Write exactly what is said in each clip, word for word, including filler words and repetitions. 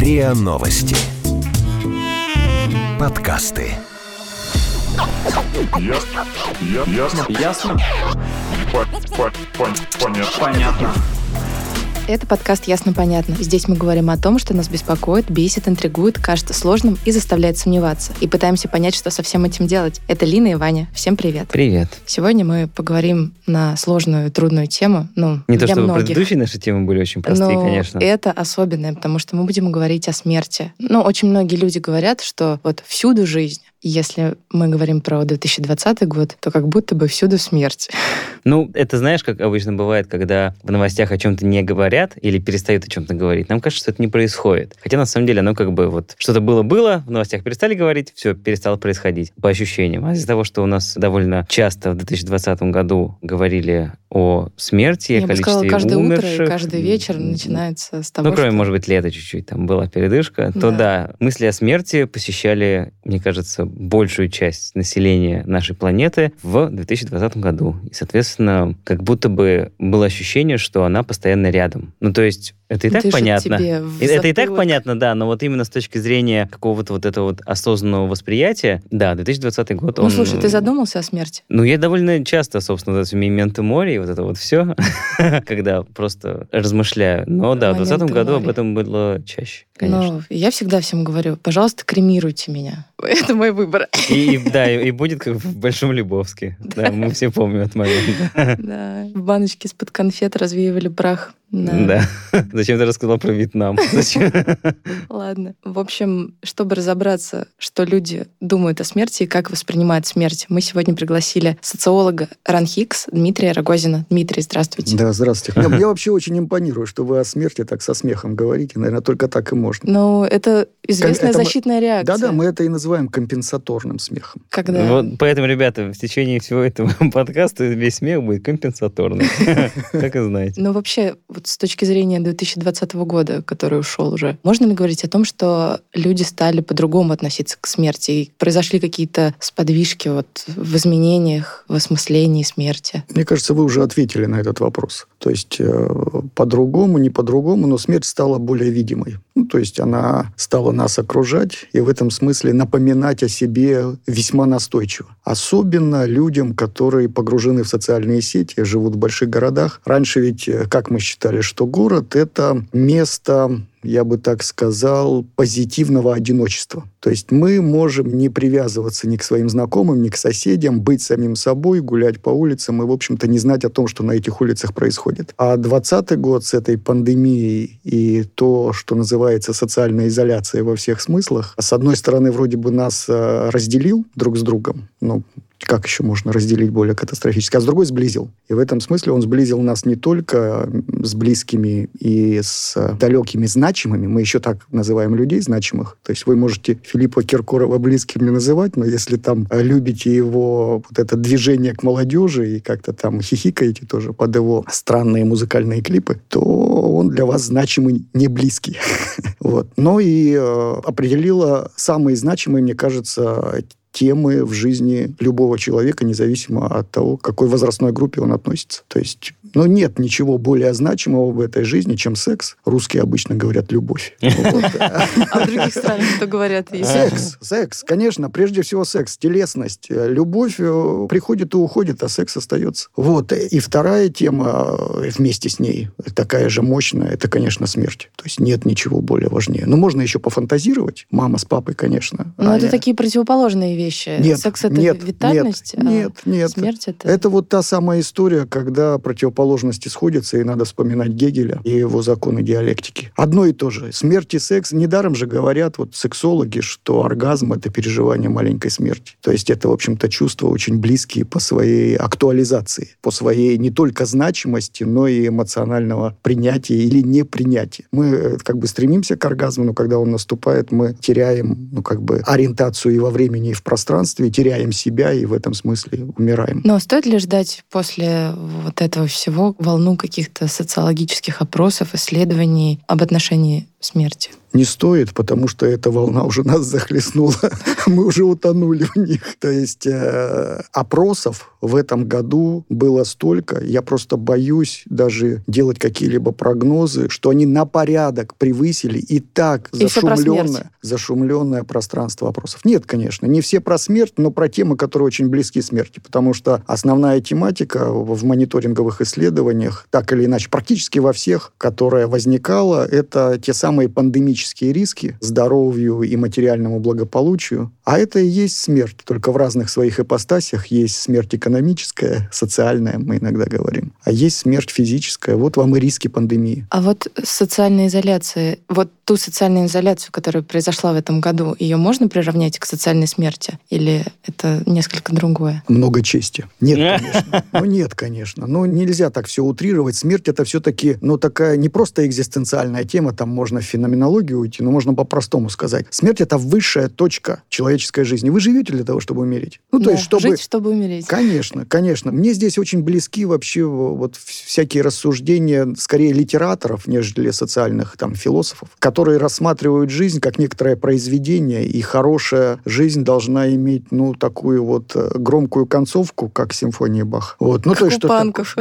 РИА Новости. Подкасты. Ясно. Ясно. Ясно. Понятно. Понятно. Это подкаст «Ясно-понятно». Здесь мы говорим о том, что нас беспокоит, бесит, интригует, кажется сложным и заставляет сомневаться. И пытаемся понять, что со всем этим делать. Это Лина и Ваня. Всем привет. Привет. Сегодня мы поговорим на сложную, трудную тему. Ну, Не то, для чтобы многих. предыдущие наши темы были очень простые, Но конечно. это особенное, потому что мы будем говорить о смерти. Ну, очень многие люди говорят, что вот всюду жизнь. Если мы говорим про две тысячи двадцатый год, то как будто бы всюду смерть. Ну, это знаешь, как обычно бывает, когда в новостях о чем-то не говорят или перестают о чем-то говорить. Нам кажется, что это не происходит. Хотя, на самом деле, оно как бы вот что-то было-было, в новостях перестали говорить, все, перестало происходить по ощущениям. А из-за того, что у нас довольно часто в две тысячи двадцатом году говорили о смерти, Я о бы количестве сказала, каждое умерших. утро и каждый вечер начинается с того, Ну, кроме, что... может быть, лета чуть-чуть, там была передышка, то Да. да, мысли о смерти посещали, мне кажется, большую часть населения нашей планеты в две тысячи двадцатом году. И, соответственно, как будто бы было ощущение, что она постоянно рядом. Ну, то есть, это и так Дышит понятно. тебе в И Это и так затылок. понятно, да, но вот именно с точки зрения какого-то вот этого вот осознанного восприятия, да, две тысячи двадцатый год, Ну, он... слушай, ты задумался о смерти? Ну, я довольно часто, собственно, вот это «Мементо море» и вот это вот все, когда просто размышляю. Но да, в двадцатом «Мементо году об море». этом было чаще, конечно. Ну, я всегда всем говорю, пожалуйста, кремируйте меня. Это мой выбор. И, и- да, и, и будет как в Большом Лебовске. Да, мы все помним этот момент. Да. В баночке из-под конфет развеивали прах. Да. Зачем ты рассказала про Вьетнам? Зачем? Ладно. В общем, чтобы разобраться, что люди думают о смерти и как воспринимают смерть, мы сегодня пригласили социолога РАНХИКС Дмитрия Рогозина. Дмитрий, здравствуйте. Да, здравствуйте. Я, я вообще очень импонирую, что вы о смерти так со смехом говорите. Наверное, только так и можно. Ну, это известная Это мы- защитная реакция. Да-да, мы это и называем компенсаторным смехом. Когда... Вот поэтому, ребята, в течение всего этого подкаста весь смех будет компенсаторный. Так и знаете. Ну, вообще, вот с точки зрения две тысячи двадцатого года, который ушел уже, можно ли говорить о том, что люди стали по-другому относиться к смерти? И произошли какие-то сподвижки вот в изменениях, в осмыслении смерти? Мне кажется, вы уже ответили на этот вопрос. То есть э, по-другому, не по-другому, но смерть стала более видимой. Ну, то есть она стала нас окружать и в этом смысле напоминать о себе весьма настойчиво. Особенно людям, которые погружены в социальные сети, живут в больших городах. Раньше ведь, э, как мы считали, что город — это место, я бы так сказал, позитивного одиночества. То есть мы можем не привязываться ни к своим знакомым, ни к соседям, быть самим собой, гулять по улицам и, в общем-то, не знать о том, что на этих улицах происходит. А двадцатый год с этой пандемией и то, что называется социальная изоляция во всех смыслах, с одной стороны, вроде бы нас э, разделил друг с другом, ну, как еще можно разделить более катастрофически, а с другой сблизил. И в этом смысле он сблизил нас не только с близкими и с далекими значимыми, мы еще так называем людей значимых. То есть вы можете Филиппа Киркорова близким не называть, но если там любите его вот это движение к молодежи и как-то там хихикаете тоже под его странные музыкальные клипы, то он для вас значимый не близкий. Вот. Но и э, определила самые значимые, мне кажется, темы в жизни любого человека, независимо от того, к какой возрастной группе он относится. То есть, ну, нет ничего более значимого в этой жизни, чем секс. Русские обычно говорят «любовь». А в других странах что говорят? Секс, секс, конечно, прежде всего секс, телесность. Любовь э, приходит и уходит, а секс остается. Вот. И вторая тема э, вместе с ней, такая же мощная, это, конечно, смерть. То есть нет ничего более важнее. Но можно еще пофантазировать. Мама с папой, конечно. Но А это я- такие противоположные вещи. Нет, Секс — это нет, витальность, нет, а нет, нет. смерть — это... Это вот та самая история, когда противоположности сходятся, и надо вспоминать Гегеля и его законы диалектики. Одно и то же. Смерть и секс. Недаром же говорят вот сексологи, что оргазм — это переживание маленькой смерти. То есть это, в общем-то, чувства очень близкие по своей актуализации, по своей не только значимости, но и эмоционального принятия или непринятия. Мы э, как бы стремимся к оргазму, но когда он наступает, мы теряем, ну, как бы ориентацию и во времени, и в пространстве, теряем себя, и в этом смысле умираем. Но стоит ли ждать после вот этого всего волну каких-то социологических опросов, исследований об отношении смерти? Не стоит, потому что эта волна уже нас захлестнула. Мы уже утонули в них. То есть э, опросов в этом году было столько, я просто боюсь даже делать какие-либо прогнозы, что они на порядок превысили и так и зашумленное, зашумленное пространство опросов. Нет, конечно, не все про смерть, но про темы, которые очень близки к смерти, потому что основная тематика в мониторинговых исследованиях, так или иначе, практически во всех, которая возникала, это те самые пандемические риски здоровью и материальному благополучию. А это и есть смерть, только в разных своих ипостасях. Есть смерть экономическая, социальная, мы иногда говорим, а есть смерть физическая. Вот вам и риски пандемии. А вот социальная изоляция, вот ту социальную изоляцию, которая произошла в этом году, ее можно приравнять к социальной смерти? Или это несколько другое? Много чести. Нет, конечно. Ну, нет, конечно. Ну, нельзя так все утрировать. Смерть — это все-таки, ну, такая не просто экзистенциальная тема, там можно в феноменологию уйти, но можно по-простому сказать. Смерть — это высшая точка человеческой жизни. Вы живете для того, чтобы умереть? Ну, то Да, есть, чтобы... жить, чтобы умереть. Конечно, конечно. Мне здесь очень близки вообще вот всякие рассуждения, скорее, литераторов, нежели социальных там философов, которые рассматривают жизнь как некоторое произведение, и хорошая жизнь должна иметь, ну, такую вот громкую концовку, как симфония Баха. Вот. Ну, как то есть, у что панков.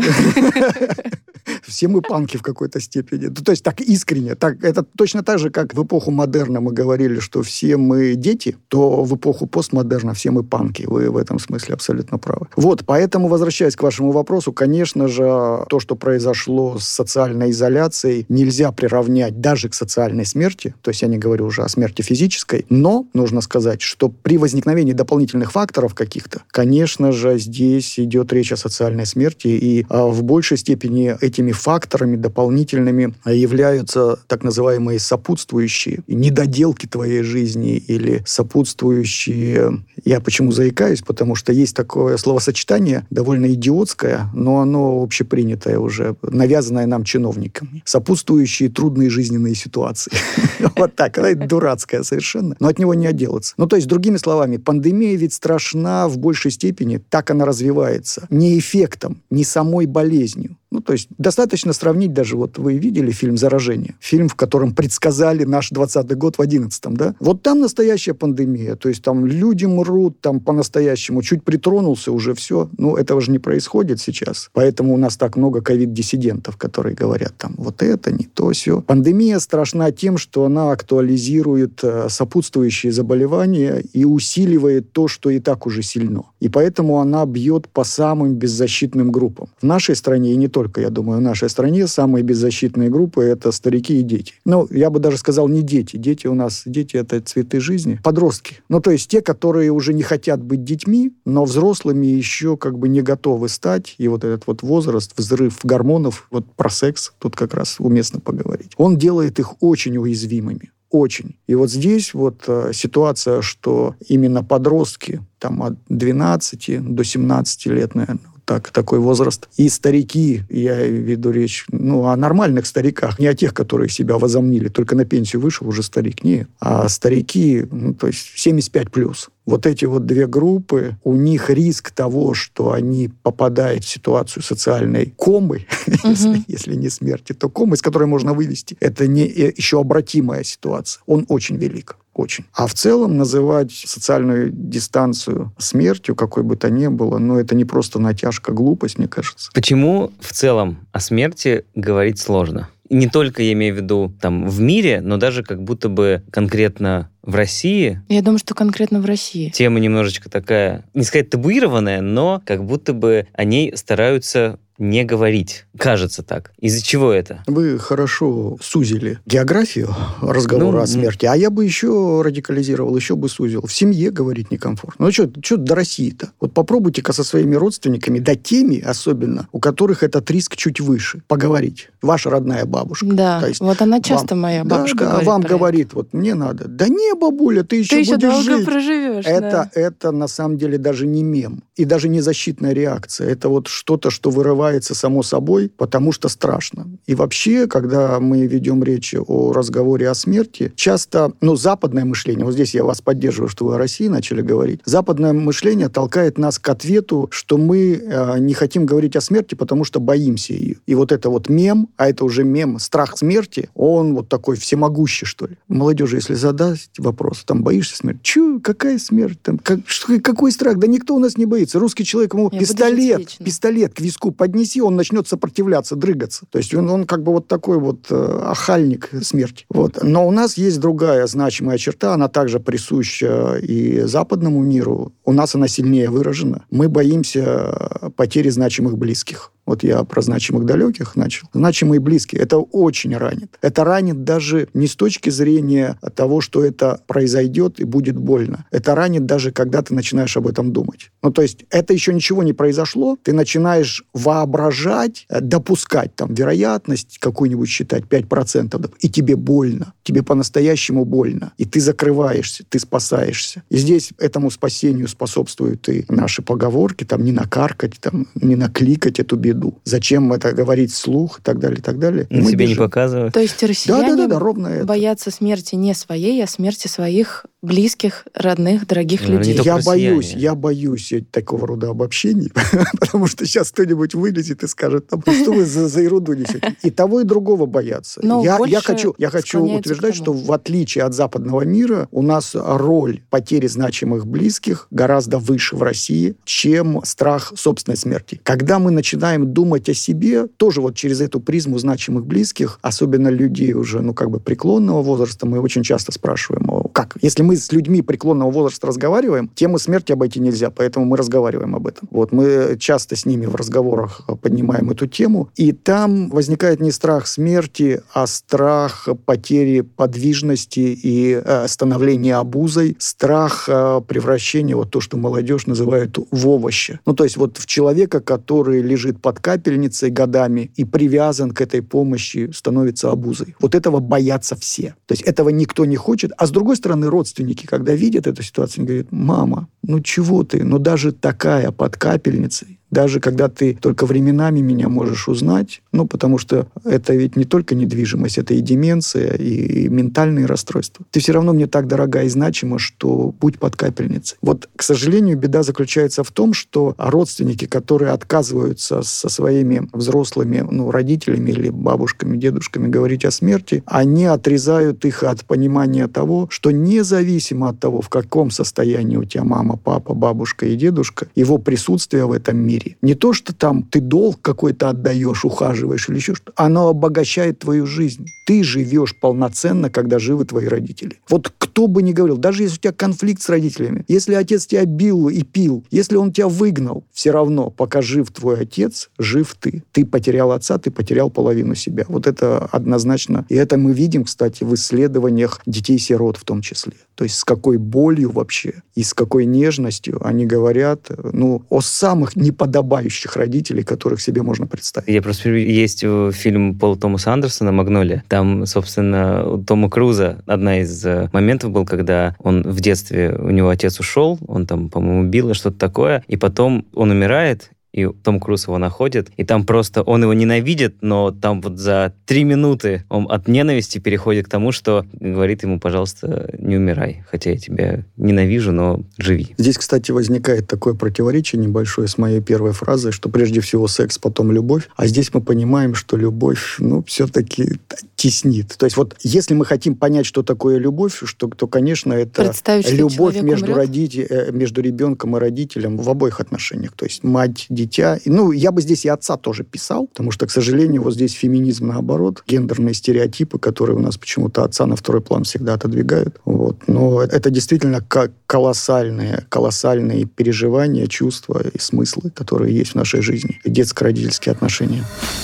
Все мы панки в какой-то степени. То есть так искренне. Так, это точно так же, как в эпоху модерна мы говорили, что все мы дети, то в эпоху постмодерна все мы панки. Вы в этом смысле абсолютно правы. Вот, поэтому, возвращаясь к вашему вопросу, конечно же, то, что произошло с социальной изоляцией, нельзя приравнять даже к социальной смерти. То есть я не говорю уже о смерти физической. Но нужно сказать, что при возникновении дополнительных факторов каких-то, конечно же, здесь идет речь о социальной смерти. И а, в большей степени этими факторами дополнительными являются так называемые сопутствующие недоделки твоей жизни или сопутствующие... Я почему заикаюсь? Потому что есть такое словосочетание, довольно идиотское, но оно общепринятое уже, навязанное нам чиновниками. Сопутствующие трудные жизненные ситуации. Вот так. Это дурацкое совершенно. Но от него не отделаться. Ну, то есть, другими словами, пандемия ведь страшна в большей степени, так она развивается. Не эффектом, не самой болезнью. Ну, то есть, достаточно сравнить даже, вот вы видели фильм «Заражение», фильм, в котором предсказали наш двадцатый год в одиннадцатом, да? Вот там настоящая пандемия, то есть там люди мрут, там по-настоящему, чуть притронулся, уже все. Ну, этого же не происходит сейчас. Поэтому у нас так много ковид-диссидентов, которые говорят там, вот это, не то, все. Пандемия страшна тем, что она актуализирует э, сопутствующие заболевания и усиливает то, что и так уже сильно. И поэтому она бьет по самым беззащитным группам. В нашей стране, и не только Только, я думаю, в нашей стране самые беззащитные группы – это старики и дети. Ну, я бы даже сказал, не дети. Дети у нас, дети – это цветы жизни. Подростки. Ну, то есть те, которые уже не хотят быть детьми, но взрослыми еще как бы не готовы стать. И вот этот вот возраст, взрыв гормонов, вот про секс тут как раз уместно поговорить. Он делает их очень уязвимыми. Очень. И вот здесь вот э, ситуация, что именно подростки, там, от двенадцати до семнадцати лет, наверное, так, такой возраст. И старики, я веду речь, ну, о нормальных стариках, не о тех, которые себя возомнили, только на пенсию вышел, уже старик, нет. А старики, ну, то есть семьдесят пять плюс. Вот эти вот две группы, у них риск того, что они попадают в ситуацию социальной комы, uh-huh. если, если не смерти, то комы, из которой можно вывести. Это не еще обратимая ситуация. Он очень велик. Очень. А в целом называть социальную дистанцию смертью, какой бы то ни было, ну, это не просто натяжка, глупость, мне кажется. Почему в целом о смерти говорить сложно? И не только, я имею в виду, там, в мире, но даже как будто бы конкретно в России. Я думаю, что конкретно в России. Тема немножечко такая, не сказать табуированная, но как будто бы о ней стараются не говорить. Кажется так. Из-за чего это? Вы хорошо сузили географию разговора ну, о смерти, а я бы еще радикализировал, еще бы сузил. В семье говорить некомфортно. Ну, что, что до России-то? Вот попробуйте-ка со своими родственниками, да теми особенно, у которых этот риск чуть выше, поговорить. Ваша родная бабушка. Да, то есть вот она часто, вам, моя бабушка, да, говорит да, вам про говорит, это. Вот мне надо. Да не, бабуля, ты еще ты будешь еще долго жить. проживешь. Это, да. это на самом деле даже не мем. И даже не защитная реакция. Это вот что-то, что вырывает сбывается само собой, потому что страшно. И вообще, когда мы ведем речь о разговоре о смерти, часто, ну, западное мышление, вот здесь я вас поддерживаю, что вы о России начали говорить, западное мышление толкает нас к ответу, что мы э, не хотим говорить о смерти, потому что боимся ее. И вот это вот мем, а это уже мем, страх смерти, он вот такой всемогущий, что ли. Молодежи, если задать вопрос, там, боишься смерти? Чё, какая смерть? Там, как, что, какой страх? Да никто у нас не боится. Русский человек, ему я пистолет, пистолет к виску поднеси, он начнет сопротивляться, дрыгаться. То есть он, он как бы вот такой вот э, охальник смерти. Вот. Но у нас есть другая значимая черта, она также присуща и западному миру. У нас она сильнее выражена. Мы боимся потери значимых близких. Вот я про значимых далеких начал. Значимые близкие. Это очень ранит. Это ранит даже не с точки зрения того, что это произойдет и будет больно. Это ранит даже, когда ты начинаешь об этом думать. Ну, то есть, это еще ничего не произошло. Ты начинаешь воображать, допускать там вероятность какую-нибудь считать пять процентов, и тебе больно. Тебе по-настоящему больно. И ты закрываешься, ты спасаешься. И здесь этому спасению способствуют и наши поговорки, там, не накаркать, там, не накликать эту беду. Зачем это говорить вслух и так далее, и так далее. На себе бежим. Не показывать. То есть россияне да, да, да, да, ровно это. боятся смерти не своей, а смерти своих близких, родных, дорогих ну, людей. Я боюсь, я боюсь такого рода обобщений, потому что сейчас кто-нибудь вылезет и скажет, что вы за, за ерунду несете. И того, и другого боятся. Я, я хочу, я хочу утверждать, что в отличие от западного мира, у нас роль потери значимых близких гораздо выше в России, чем страх собственной смерти. Когда мы начинаем думать о себе, тоже вот через эту призму значимых близких, особенно людей уже, ну, как бы преклонного возраста, мы очень часто спрашиваем, как? Если мы с людьми преклонного возраста разговариваем, тему смерти обойти нельзя, поэтому мы разговариваем об этом. Вот, мы часто с ними в разговорах поднимаем эту тему, и там возникает не страх смерти, а страх потери подвижности и э, становления обузой, страх э, превращения, вот то, что молодежь называет в овощи. Ну, то есть вот в человека, который лежит под капельницей годами и привязан к этой помощи, становится обузой. Вот этого боятся все. То есть этого никто не хочет. А с другой стороны, родственники, когда видят эту ситуацию, они говорят, мама, ну чего ты? Ну даже такая под капельницей, даже когда ты только временами меня можешь узнать, ну, потому что это ведь не только недвижимость, это и деменция, и, и ментальные расстройства. Ты все равно мне так дорога и значима, что будь под капельницей. Вот, к сожалению, беда заключается в том, что родственники, которые отказываются со своими взрослыми, ну, родителями или бабушками, дедушками говорить о смерти, они отрезают их от понимания того, что независимо от того, в каком состоянии у тебя мама, папа, бабушка и дедушка, его присутствие в этом мире, не то, что там ты долг какой-то отдаешь, ухаживаешь или еще что-то. Оно обогащает твою жизнь. Ты живешь полноценно, когда живы твои родители. Вот кто бы ни говорил, даже если у тебя конфликт с родителями, если отец тебя бил и пил, если он тебя выгнал, все равно, пока жив твой отец, жив ты. Ты потерял отца, ты потерял половину себя. Вот это однозначно. И это мы видим, кстати, в исследованиях детей-сирот в том числе. То есть с какой болью вообще и с какой нежностью они говорят, ну, о самых неподобающих родителей, которых себе можно представить. Я просто... Есть фильм Пола Томаса Андерсона «Магнолия». Там, собственно, у Тома Круза одна из моментов был, когда он в детстве, у него отец ушел, он там, по-моему, бил и что-то такое, и потом он умирает, и Том Круз его находит, и там просто он его ненавидит, но там вот за три минуты он от ненависти переходит к тому, что говорит ему, пожалуйста, не умирай, хотя я тебя ненавижу, но живи. Здесь, кстати, возникает такое противоречие небольшое с моей первой фразой, что прежде всего секс, потом любовь, а здесь мы понимаем, что любовь, ну, все-таки теснит. То есть вот если мы хотим понять, что такое любовь, что, то, конечно, это любовь между, родитель, между ребенком и родителем в обоих отношениях. То есть мать, дитя. Ну, я бы здесь и отца тоже писал, потому что, к сожалению, вот здесь феминизм наоборот, гендерные стереотипы, которые у нас почему-то отца на второй план всегда отодвигают. Вот. Но это действительно колоссальные, колоссальные переживания, чувства и смыслы, которые есть в нашей жизни. Детско-родительские отношения.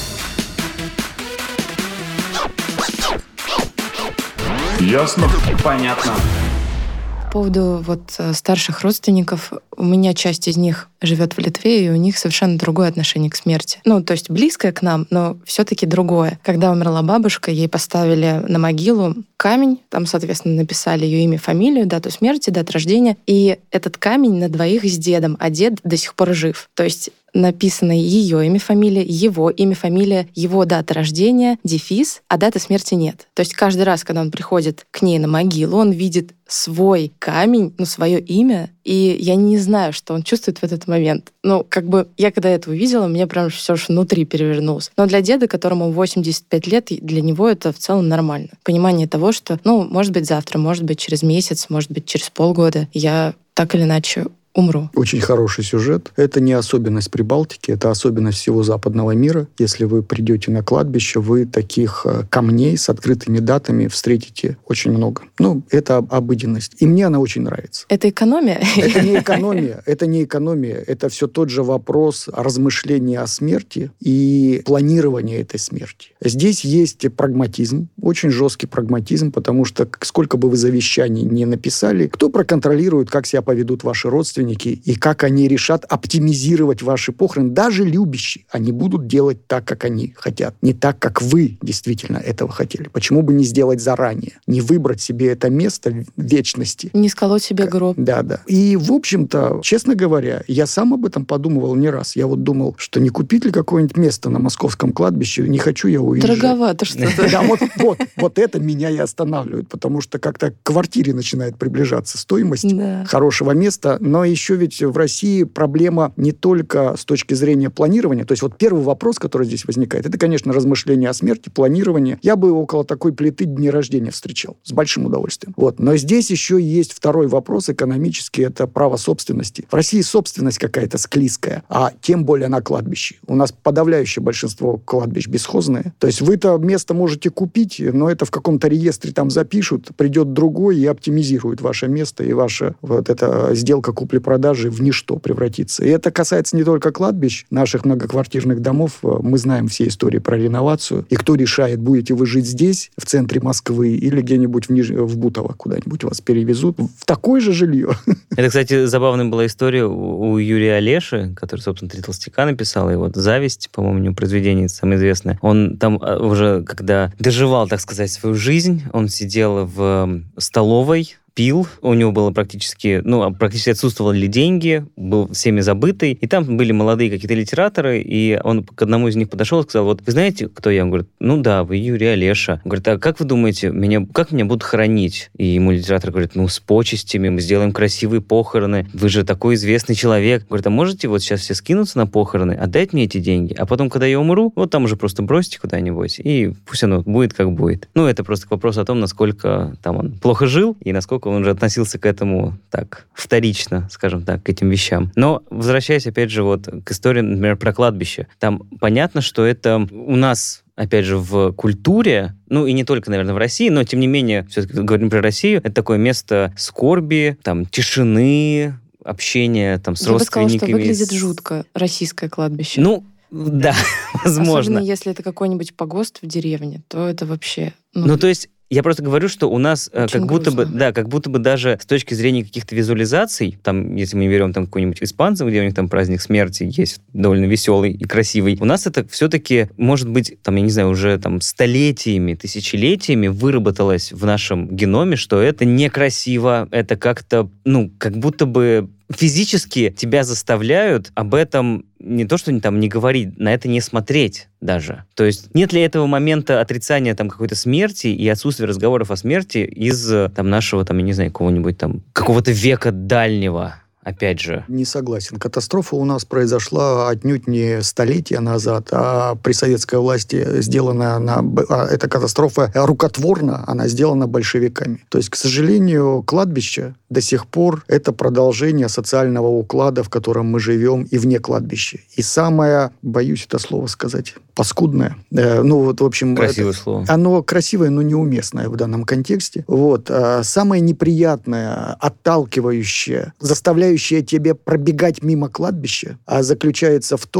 Ясно? Понятно. По поводу вот старших родственников, у меня часть из них живет в Литве, и у них совершенно другое отношение к смерти. Ну, то есть близкое к нам, но все-таки другое. Когда умерла бабушка, ей поставили на могилу камень, там, соответственно, написали ее имя, фамилию, дату смерти, дату рождения, и этот камень на двоих с дедом, а дед до сих пор жив. То есть написано ее имя, фамилия, его имя, фамилия, его дата рождения, дефис, а даты смерти нет. То есть каждый раз, когда он приходит к ней на могилу, он видит свой камень, ну, свое имя, и я не знаю, что он чувствует в этот момент. Ну, как бы я когда это увидела, мне прям все аж внутри перевернулось. Но для деда, которому восемьдесят пять лет, для него это в целом нормально. Понимание того, что, ну, может быть, завтра, может быть, через месяц, может быть, через полгода я так или иначе умру. Очень хороший сюжет. Это не особенность Прибалтики, это особенность всего западного мира. Если вы придете на кладбище, вы таких камней с открытыми датами встретите очень много. Ну, это обыденность. И мне она очень нравится. Это экономия? Это не экономия. Это не экономия. Это все тот же вопрос размышления о смерти и планирования этой смерти. Здесь есть прагматизм, очень жесткий прагматизм, потому что сколько бы вы завещаний не написали, кто проконтролирует, как себя поведут ваши родственники, и как они решат оптимизировать ваши похороны. Даже любящие, они будут делать так, как они хотят. Не так, как вы действительно этого хотели. Почему бы не сделать заранее? Не выбрать себе это место вечности. Не сколоть себе гроб. Да, да. И, в общем-то, честно говоря, я сам об этом подумывал не раз. Я вот думал, что не купить ли какое-нибудь место на московском кладбище, не хочу я уезжать. Дороговато что-то. Да, вот, вот, вот это меня и останавливает, потому что как-то к квартире начинает приближаться стоимость хорошего места, но и еще ведь в России проблема не только с точки зрения планирования. То есть вот первый вопрос, который здесь возникает, это, конечно, размышление о смерти, планирование. Я бы около такой плиты дни рождения встречал. С большим удовольствием. Вот. Но здесь еще есть второй вопрос экономический, это право собственности. В России собственность какая-то склизкая, а тем более на кладбище. У нас подавляющее большинство кладбищ бесхозные. То есть вы-то место можете купить, но это в каком-то реестре там запишут, придет другой и оптимизирует ваше место, и ваша вот эта сделка купли-продажи в ничто превратится. И это касается не только кладбищ, наших многоквартирных домов. Мы знаем все истории про реновацию. И кто решает, будете вы жить здесь, в центре Москвы, или где-нибудь в, Ниж... в Бутово куда-нибудь вас перевезут в такое же жилье. Это, кстати, забавная была история у Юрия Олеши, который, собственно, «Три толстяка» написал, и вот «Зависть», по-моему, у него произведение самое известное. Он там уже, когда доживал, так сказать, свою жизнь, он сидел в столовой, пил, у него было практически, ну, практически отсутствовали деньги, был всеми забытый, и там были молодые какие-то литераторы, и он к одному из них подошел и сказал, вот, вы знаете, кто я? Он говорит, ну да, вы Юрий Олеша. Он говорит, а как вы думаете, меня, как меня будут хоронить? И ему литератор говорит, ну, с почестями, мы сделаем красивые похороны, вы же такой известный человек. Он говорит, а можете вот сейчас все скинуться на похороны, отдать мне эти деньги, а потом, когда я умру, вот там уже просто бросьте куда-нибудь, и пусть оно будет как будет. Ну, это просто вопрос о том, насколько там он плохо жил, и насколько он уже относился к этому так вторично, скажем так, к этим вещам. Но возвращаясь опять же вот к истории, например, про кладбище, там понятно, что это у нас опять же, в культуре, ну и не только, наверное, в России, но тем не менее, все-таки говорим про Россию, это такое место скорби, там, тишины, общения там, с Я родственниками. Я бы сказала, что выглядит жутко российское кладбище. Ну, да, возможно. Особенно если это какой-нибудь погост в деревне, то это вообще... Ну, ну то есть, я просто говорю, что у нас очень как будто грустно. бы, да, как будто бы даже с точки зрения каких-то визуализаций, там, если мы не берем там какой-нибудь испанцев, где у них там праздник смерти есть довольно веселый и красивый, у нас это все-таки, может быть, там, я не знаю, уже там столетиями, тысячелетиями выработалось в нашем геноме, что это некрасиво, это как-то, ну, как будто бы физически тебя заставляют об этом не то, что там не говорить, на это не смотреть даже. То есть нет ли этого момента отрицания там какой-то смерти и отсутствия разговоров о смерти из там нашего, там, я не знаю, какого-нибудь там, какого-то века дальнего? Опять же. Не согласен. Катастрофа у нас произошла отнюдь не столетия назад, а при советской власти сделана она, эта катастрофа рукотворно, она сделана большевиками. То есть, к сожалению, кладбище до сих пор это продолжение социального уклада, в котором мы живем, и вне кладбища. И самое, боюсь это слово сказать, паскудное. Э, ну, вот, в общем... Красивое это, слово. Оно красивое, но неуместное в данном контексте. Вот. А самое неприятное, отталкивающее, заставляющее тебе пробегать мимо кладбища, а заключается в том,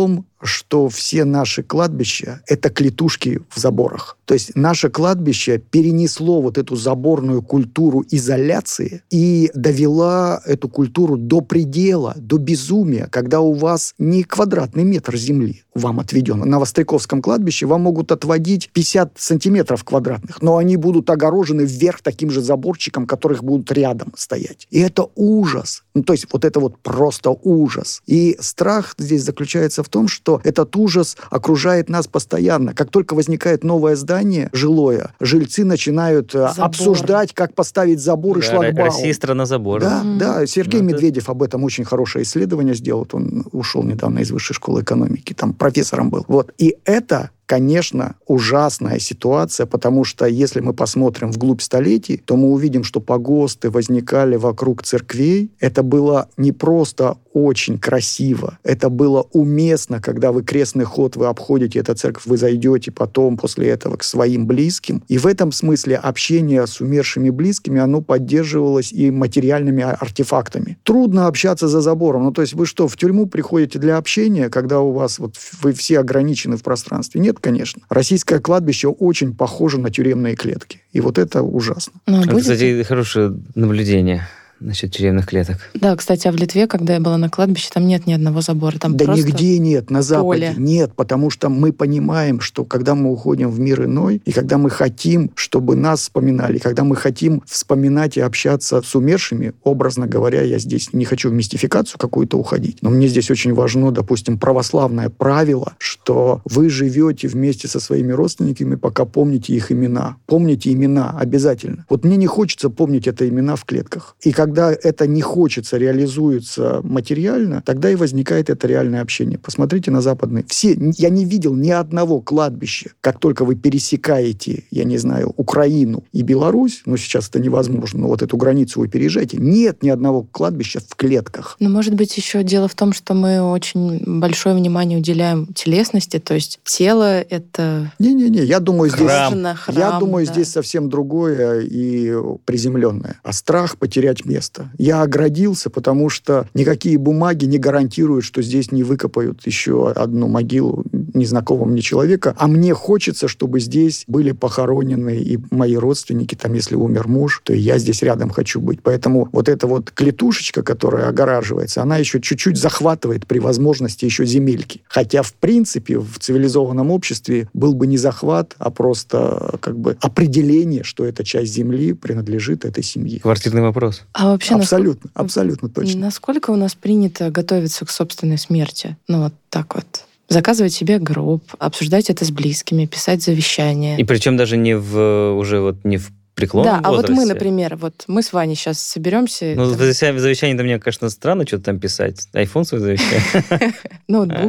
что все наши кладбища — это клетушки в заборах. То есть наше кладбище перенесло вот эту заборную культуру изоляции и довела эту культуру до предела, до безумия, когда у вас не квадратный метр земли вам отведен. На Востряковском кладбище вам могут отводить пятьдесят сантиметров квадратных, но они будут огорожены вверх таким же заборчиком, которых будут рядом стоять. И это ужас. Ну, то есть вот это вот просто ужас. И страх здесь заключается в том, что этот ужас окружает нас постоянно. Как только возникает новое здание жилое, жильцы начинают забор. обсуждать, как поставить забор и да, шлагбаум. Россия страна забора. Да, mm-hmm. да. Сергей ну, Медведев это... об этом очень хорошее исследование сделал. Он ушел недавно из Высшей школы экономики. Там профессором был. Вот. И это... Конечно, ужасная ситуация, потому что если мы посмотрим вглубь столетий, то мы увидим, что погосты возникали вокруг церквей. Это было не просто очень красиво, это было уместно, когда вы крестный ход, вы обходите эту церковь, вы зайдете потом после этого к своим близким. И в этом смысле общение с умершими близкими, оно поддерживалось и материальными артефактами. Трудно общаться за забором. Ну, то есть вы что, в тюрьму приходите для общения, когда у вас вот вы все ограничены в пространстве? Нет, конечно. Российское кладбище очень похоже на тюремные клетки. И вот это ужасно. Ну, это, кстати, хорошее наблюдение насчет тюремных клеток. Да, кстати, а в Литве, когда я была на кладбище, там нет ни одного забора. Там да просто нигде нет, на Западе поле. Нет, потому что мы понимаем, что когда мы уходим в мир иной, и когда мы хотим, чтобы нас вспоминали, когда мы хотим вспоминать и общаться с умершими, образно говоря, я здесь не хочу в мистификацию какую-то уходить, но мне здесь очень важно, допустим, православное правило, что вы живете вместе со своими родственниками, пока помните их имена. Помните имена обязательно. Вот мне не хочется помнить это имена в клетках. И когда это не хочется, реализуется материально, тогда и возникает это реальное общение. Посмотрите на западные. Все, я не видел ни одного кладбища. Как только вы пересекаете, я не знаю, Украину и Беларусь, ну, сейчас это невозможно, но вот эту границу вы переезжаете, нет ни одного кладбища в клетках. Но, может быть, еще дело в том, что мы очень большое внимание уделяем телесности, то есть тело — это... Не-не-не, я думаю, здесь, храм. Храм, я думаю, да. здесь совсем другое и приземленное. А страх потерять место. Я оградился, потому что никакие бумаги не гарантируют, что здесь не выкопают еще одну могилу незнакомого мне человека. А мне хочется, чтобы здесь были похоронены и мои родственники. Там, если умер муж, то и я здесь рядом хочу быть. Поэтому вот эта вот клетушечка, которая огораживается, она еще чуть-чуть захватывает при возможности еще земельки. Хотя, в принципе, в цивилизованном обществе был бы не захват, а просто как бы определение, что эта часть земли принадлежит этой семье. Квартирный вопрос. А вообще, абсолютно, насколько, абсолютно точно. Насколько у нас принято готовиться к собственной смерти? Ну, вот так вот. Заказывать себе гроб, обсуждать это с близкими, писать завещание. И причем даже не в уже вот не в преклонном да, возрасте. А вот мы, например, вот мы с Ваней сейчас соберемся. Ну, там... в завещании-то мне, конечно, странно что-то там писать. Айфон свой завещание. Ноутбук.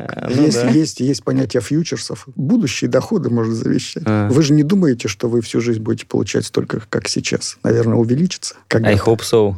Есть понятие фьючерсов. Будущие доходы можно завещать. Вы же не думаете, что вы всю жизнь будете получать столько, как сейчас? Наверное, увеличится. I hope so.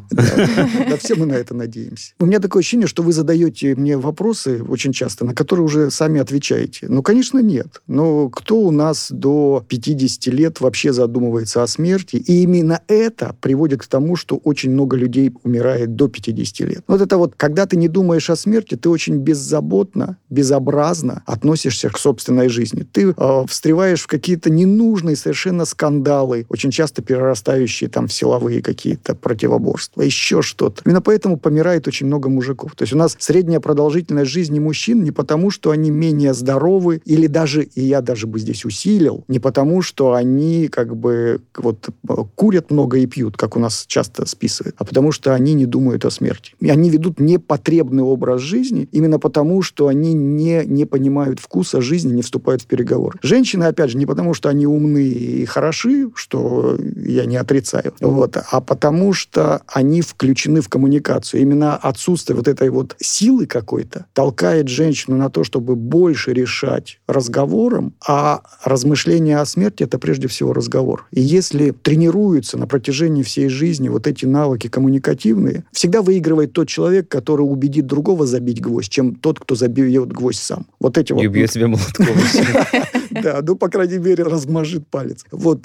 Да, все мы на это надеемся. У меня такое ощущение, что вы задаете мне вопросы очень часто, на которые уже сами отвечаете. Ну, конечно, нет. Но кто у нас до пятидесяти лет вообще задумывается о смерти? И именно это приводит к тому, что очень много людей умирает до пятидесяти лет. Вот это вот, когда ты не думаешь о смерти, ты очень беззаботно, безобразно относишься к собственной жизни. Ты э, встреваешь в какие-то ненужные совершенно скандалы, очень часто перерастающие там в силовые какие-то противоборства, еще что-то. Именно поэтому помирает очень много мужиков. То есть у нас средняя продолжительность жизни мужчин не потому, что они менее здоровы, или даже, и я даже бы здесь усилил, не потому, что они как бы вот курят много и пьют, как у нас часто списывают, а потому что они не думают о смерти. И они ведут непотребный образ жизни именно потому, что они не, не понимают вкуса жизни, не вступают в переговоры. Женщины, опять же, не потому, что они умные и хороши, что я не отрицаю, вот, а потому что они включены в коммуникацию. Именно отсутствие вот этой вот силы какой-то толкает женщину на то, чтобы больше решать разговором, а размышление о смерти — это прежде всего разговор. И если тренируются на протяжении всей жизни вот эти навыки коммуникативные, всегда выигрывает тот человек, который убедит другого забить гвоздь, чем тот, кто забьет гвоздь сам. Вот эти вот... И убьет себя молотком. Да, ну, по крайней мере, размажет палец. Вот,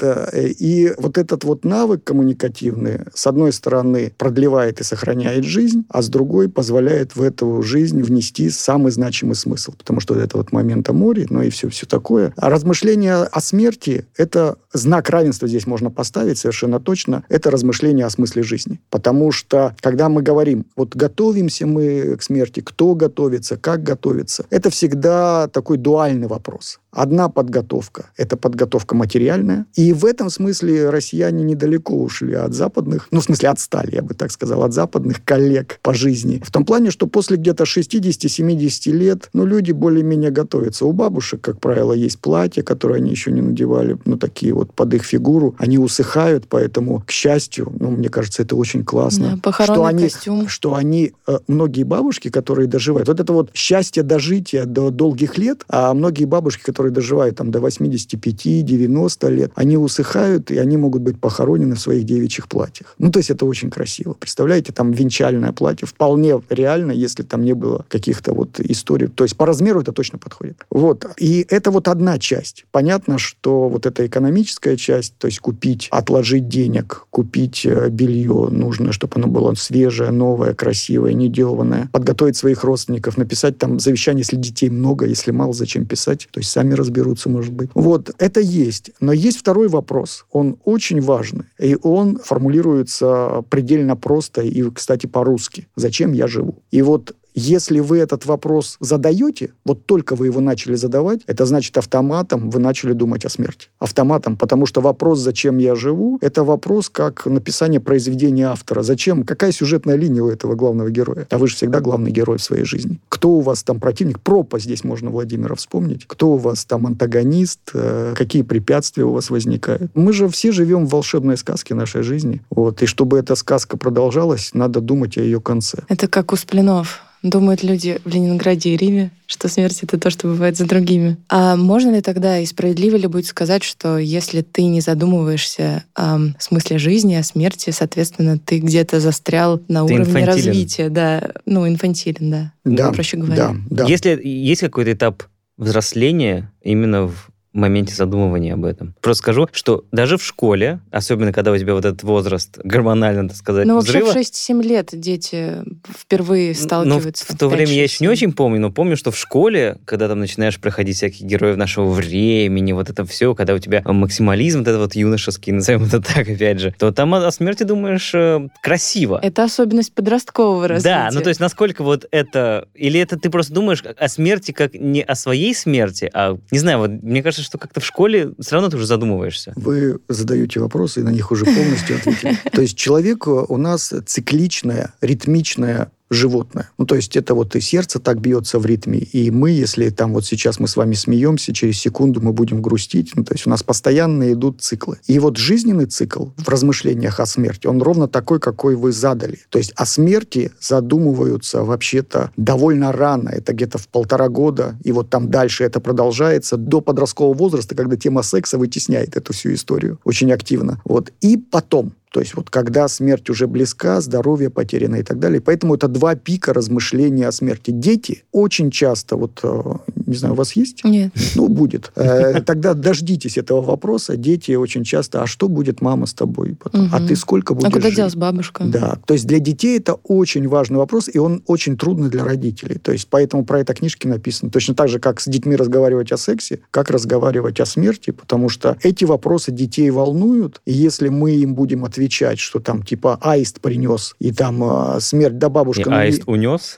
и вот этот вот навык коммуникативный, с одной стороны, продлевает и сохраняет жизнь, а с другой позволяет в эту жизнь внести самый значимый смысл. Потому что это вот момент о море, ну и все, все такое. А размышление о смерти – это знак равенства здесь можно поставить совершенно точно. Это размышление о смысле жизни. Потому что, когда мы говорим, вот готовимся мы к смерти, кто готовится, как готовится, это всегда такой дуальный вопрос. Одна подготовка – это подготовка материальная. И в этом смысле россияне недалеко ушли от западных, ну, в смысле, отстали, я бы так сказал, от западных коллег по жизни. В том плане, что после где-то шестидесяти-семидесяти лет, ну, люди более-менее готовятся. У бабушек, как правило, есть платья, которые они еще не надевали, ну, такие вот под их фигуру. Они усыхают, поэтому, к счастью, ну, мне кажется, это очень классно. Да, похоронный что они, костюм. Что они, многие бабушки, которые доживают, вот это вот счастье дожития до долгих лет, а многие бабушки, которые доживают там до восьмидесяти пяти - девяноста лет, они усыхают, и они могут быть похоронены в своих девичьих платьях. Ну, то есть это очень красиво. Представляете, там венчальное платье вполне реально, если там не было каких-то вот историй. То есть по размеру это точно подходит. Вот. И это вот одна часть. Понятно, что вот эта экономическая часть, то есть купить, отложить денег, купить белье, нужно, чтобы оно было свежее, новое, красивое, недеванное, подготовить своих родственников, написать там завещание, если детей много, если мало, зачем писать, то есть сами разберутся, может быть. Вот, это есть. Но есть второй вопрос. Он очень важный. И он формулируется предельно просто и, кстати, по-русски. Зачем я живу? И вот если вы этот вопрос задаете, вот только вы его начали задавать, это значит автоматом вы начали думать о смерти. Автоматом, потому что вопрос «зачем я живу?» — это вопрос как написание произведения автора. Зачем? Какая сюжетная линия у этого главного героя? А вы же всегда главный герой в своей жизни. Кто у вас там противник? Пропа здесь можно Владимира вспомнить. Кто у вас там антагонист? Э, какие препятствия у вас возникают? Мы же все живем в волшебной сказке нашей жизни. Вот. И чтобы эта сказка продолжалась, надо думать о ее конце. Это как у Сплинов. Думают люди в Ленинграде и Риме, что смерть — это то, что бывает за другими. А можно ли тогда и справедливо ли будет сказать, что если ты не задумываешься о смысле жизни, о смерти, соответственно, ты где-то застрял на ты уровне инфантилен. развития? Да, ну, инфантилен, да. Да, проще говоря. Да, да. Если есть какой-то этап взросления именно в в моменте задумывания об этом. Просто скажу, что даже в школе, особенно когда у тебя вот этот возраст гормонально, так сказать, ну, взрыва... вообще в шесть-семь лет дети впервые сталкиваются. Ну, в, в то время я еще не очень помню, но помню, что в школе, когда там начинаешь проходить всяких героев нашего времени, вот это все, когда у тебя максимализм, вот это вот юношеский, назовем это так, опять же, то там о, о смерти думаешь э, красиво. Это особенность подросткового развития. Да, ну то есть насколько вот это... Или это ты просто думаешь о смерти как не о своей смерти, а, не знаю, вот мне кажется, что как-то в школе все равно ты уже задумываешься. Вы задаете вопросы, и на них уже полностью ответили. То есть человек у нас цикличное, ритмичное животное. Ну, то есть это вот и сердце так бьется в ритме, и мы, если там вот сейчас мы с вами смеемся, через секунду мы будем грустить, ну, то есть у нас постоянно идут циклы. И вот жизненный цикл в размышлениях о смерти, он ровно такой, какой вы задали. То есть о смерти задумываются вообще-то довольно рано, это где-то в полтора года, и вот там дальше это продолжается до подросткового возраста, когда тема секса вытесняет эту всю историю очень активно. Вот. И потом, то есть вот когда смерть уже близка, здоровье потеряно и так далее. Поэтому это два пика размышления о смерти. Дети очень часто, вот, не знаю, у вас есть? Нет. Ну, будет. Тогда дождитесь этого вопроса. Дети очень часто, а что будет мама с тобой потом? А ты сколько будешь жить? А куда жить? делась бабушка? Да. То есть для детей это очень важный вопрос, и он очень трудный для родителей. То есть поэтому про это книжки написаны. Точно так же, как с детьми разговаривать о сексе, как разговаривать о смерти, потому что эти вопросы детей волнуют, и если мы им будем отвечать, отвечать, что там типа аист принес, и там э, смерть, да бабушка... Не, аист унес?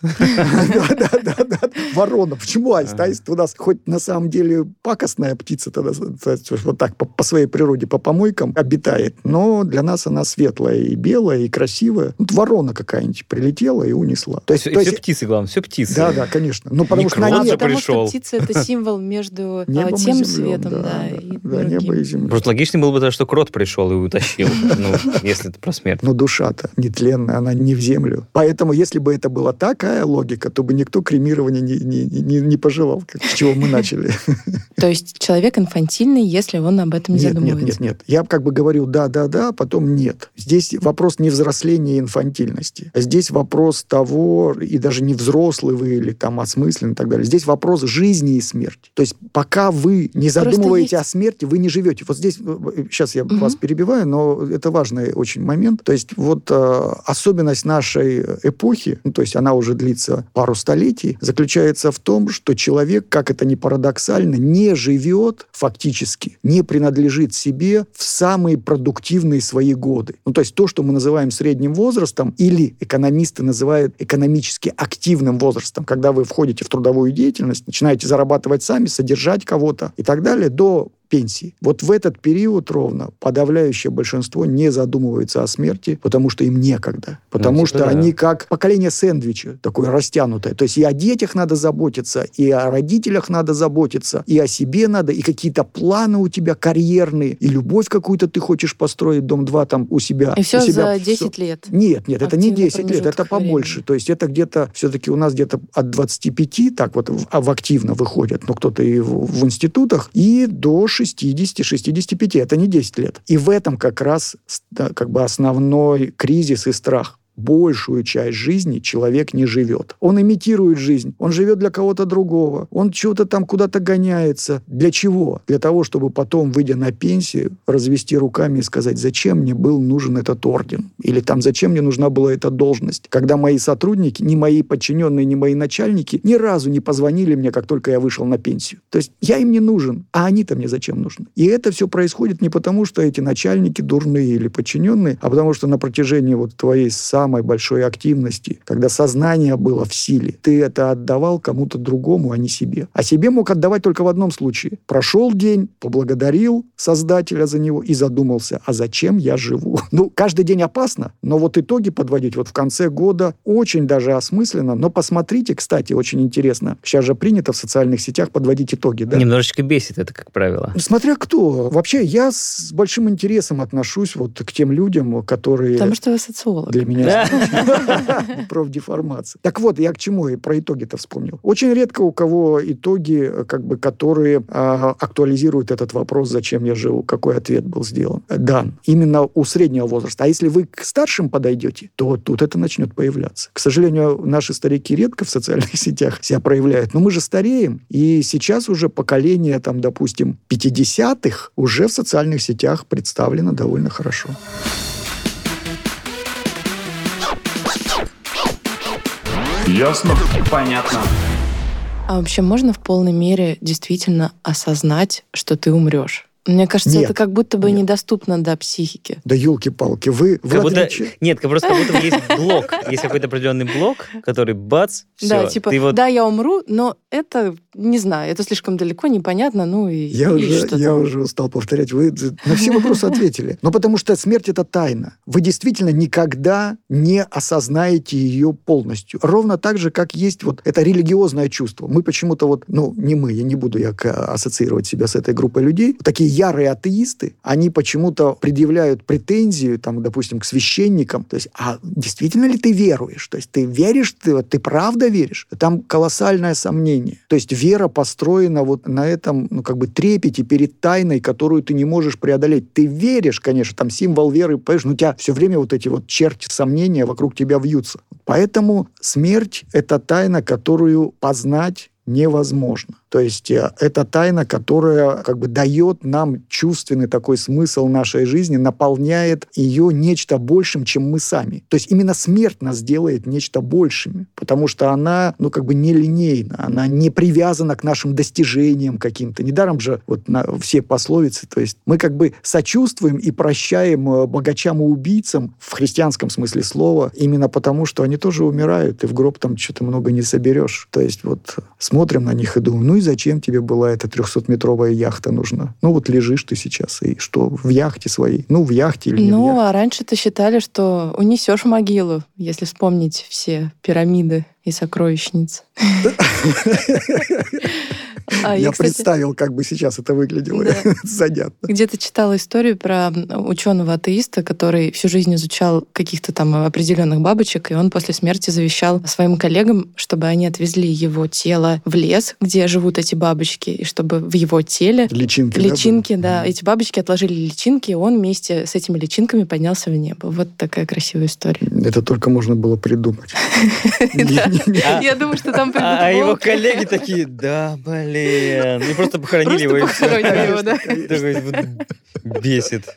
Да-да-да, ворона. Почему аист? Аист у нас хоть на самом деле пакостная птица, тогда вот так по своей природе, по помойкам обитает, но для нас она светлая и белая, и красивая. Вот ворона какая-нибудь прилетела и унесла. Все птицы, главное, все птицы. Да-да, конечно. Ну, потому что на небо Потому что птица — это символ между тем светом, да, и небо и земля. Просто логичнее было бы то, что крот пришел и утащил. Если это про смерть. Но душа-то нетленная, она не в землю. Поэтому, если бы это была такая логика, то бы никто кремирования не, не, не, не пожелал. с чего мы начали. То есть человек инфантильный, если он об этом не нет, задумывается? Нет, нет, нет. Я как бы говорю да-да-да, потом нет. Здесь вопрос не взросления и инфантильности. Здесь вопрос того, и даже не взрослый вы или там осмысленный и так далее. Здесь вопрос жизни и смерти. То есть пока вы не задумываете есть... о смерти, вы не живете. Вот здесь, сейчас я угу. вас перебиваю, но это важный очень момент. То есть вот э, особенность нашей эпохи, ну, то есть она уже длится пару столетий, заключается в том, что человек, как это ни парадоксально, не живет фактически, не принадлежит себе в самые продуктивные свои годы. Ну, то есть то, что мы называем средним возрастом, или экономисты называют экономически активным возрастом, когда вы входите в трудовую деятельность, начинаете зарабатывать сами, содержать кого-то и так далее, до пенсии. Вот в этот период ровно подавляющее большинство не задумывается о смерти, потому что им некогда. Потому ну, что да. они как поколение сэндвича, такое растянутое. То есть и о детях надо заботиться, и о родителях надо заботиться, и о себе надо, и какие-то планы у тебя карьерные, и любовь какую-то ты хочешь построить, дом-два там у себя. И все у себя, за десять все. лет? Нет, нет, это не десять лет, это побольше. Времени. То есть это где-то, все-таки у нас где-то от двадцати пяти, так вот в, в активно выходят, но кто-то и в, в институтах, и до шестидесяти-шестидесяти пяти. Это не десять лет. И в этом как раз как бы основной кризис и страх. Большую часть жизни человек не живет. Он имитирует жизнь. Он живет для кого-то другого. Он что-то там куда-то гоняется. Для чего? Для того, чтобы потом, выйдя на пенсию, развести руками и сказать, зачем мне был нужен этот орден? Или там, зачем мне нужна была эта должность? Когда мои сотрудники, ни мои подчиненные, ни мои начальники ни разу не позвонили мне, как только я вышел на пенсию. То есть я им не нужен, а они-то мне зачем нужны? И это все происходит не потому, что эти начальники дурные или подчиненные, а потому что на протяжении вот твоей самой самой большой активности, когда сознание было в силе, ты это отдавал кому-то другому, а не себе. А себе мог отдавать только в одном случае. Прошел день, поблагодарил Создателя за него и задумался, а зачем я живу? Ну, каждый день опасно, но вот итоги подводить вот в конце года очень даже осмысленно. Но посмотрите, кстати, очень интересно. Сейчас же принято в социальных сетях подводить итоги, да? Немножечко бесит это, как правило. Смотря кто. Вообще, я с большим интересом отношусь вот к тем людям, которые... Потому что вы социолог. Для меня... Профдеформация. Так вот, я к чему и про итоги-то вспомнил. Очень редко у кого итоги, как бы, которые а, актуализируют этот вопрос, зачем я живу, какой ответ был сделан, дан. Именно у среднего возраста. А если вы к старшим подойдете, то тут это начнет появляться. К сожалению, наши старики редко в социальных сетях себя проявляют. Но мы же стареем. И сейчас уже поколение, там, допустим, пятидесятых уже в социальных сетях представлено довольно хорошо. Ясно? Понятно. А вообще можно в полной мере действительно осознать, что ты умрешь? Мне кажется, Нет. это как будто бы Нет. недоступно до психики. Да елки-палки, вы... Как вы будто, отвечаете. нет, как просто как будто есть блок, есть какой-то определенный блок, который бац, все. Да, типа, ты вот... да, я умру, но это, не знаю, это слишком далеко, непонятно, ну и, Я, и уже, что я там? уже устал повторять. Вы на все вопросы ответили. Но потому что смерть — это тайна. Вы действительно никогда не осознаете ее полностью. Ровно так же, как есть вот это религиозное чувство. Мы почему-то вот, ну, не мы, я не буду я ассоциировать себя с этой группой людей. Такие ярые атеисты, они почему-то предъявляют претензию, там, допустим, к священникам. То есть, а действительно ли ты веруешь? То есть, ты веришь, ты, ты правда веришь? Там колоссальное сомнение. То есть, вера построена вот на этом, ну, как бы трепете перед тайной, которую ты не можешь преодолеть. Ты веришь, конечно, там символ веры, понимаешь, но у тебя все время вот эти вот черти сомнения вокруг тебя вьются. Поэтому смерть — это тайна, которую познать невозможно. То есть это тайна, которая как бы дает нам чувственный такой смысл нашей жизни, наполняет ее нечто большим, чем мы сами. То есть именно смерть нас делает нечто большими, потому что она, ну, как бы нелинейна, она не привязана к нашим достижениям каким-то. Недаром же вот на все пословицы, то есть мы как бы сочувствуем и прощаем богачам и убийцам в христианском смысле слова именно потому, что они тоже умирают, и в гроб там что-то много не соберешь. То есть вот смотрим на них и думаем, ну и зачем тебе была эта трехсотметровая яхта нужна? Ну вот лежишь ты сейчас, и что, в яхте своей? Ну, в яхте или не Ну, в яхте? а раньше-то считали, что унесешь могилу, если вспомнить все пирамиды и сокровищницы. А, Я кстати, представил, как бы сейчас это выглядело. Да. Занятно. где-то читала историю про ученого-атеиста, который всю жизнь изучал каких-то там определенных бабочек, и он после смерти завещал своим коллегам, чтобы они отвезли его тело в лес, где живут эти бабочки, и чтобы в его теле Личинки. личинки, да, да, были? эти бабочки отложили личинки, и он вместе с этими личинками поднялся в небо. Вот такая красивая история. Это только можно было придумать. Да. Я думаю, что там придут А его волк. коллеги такие, да, блин. И просто похоронили его. Просто и всё. похоронили его, да. Такой вот бесит.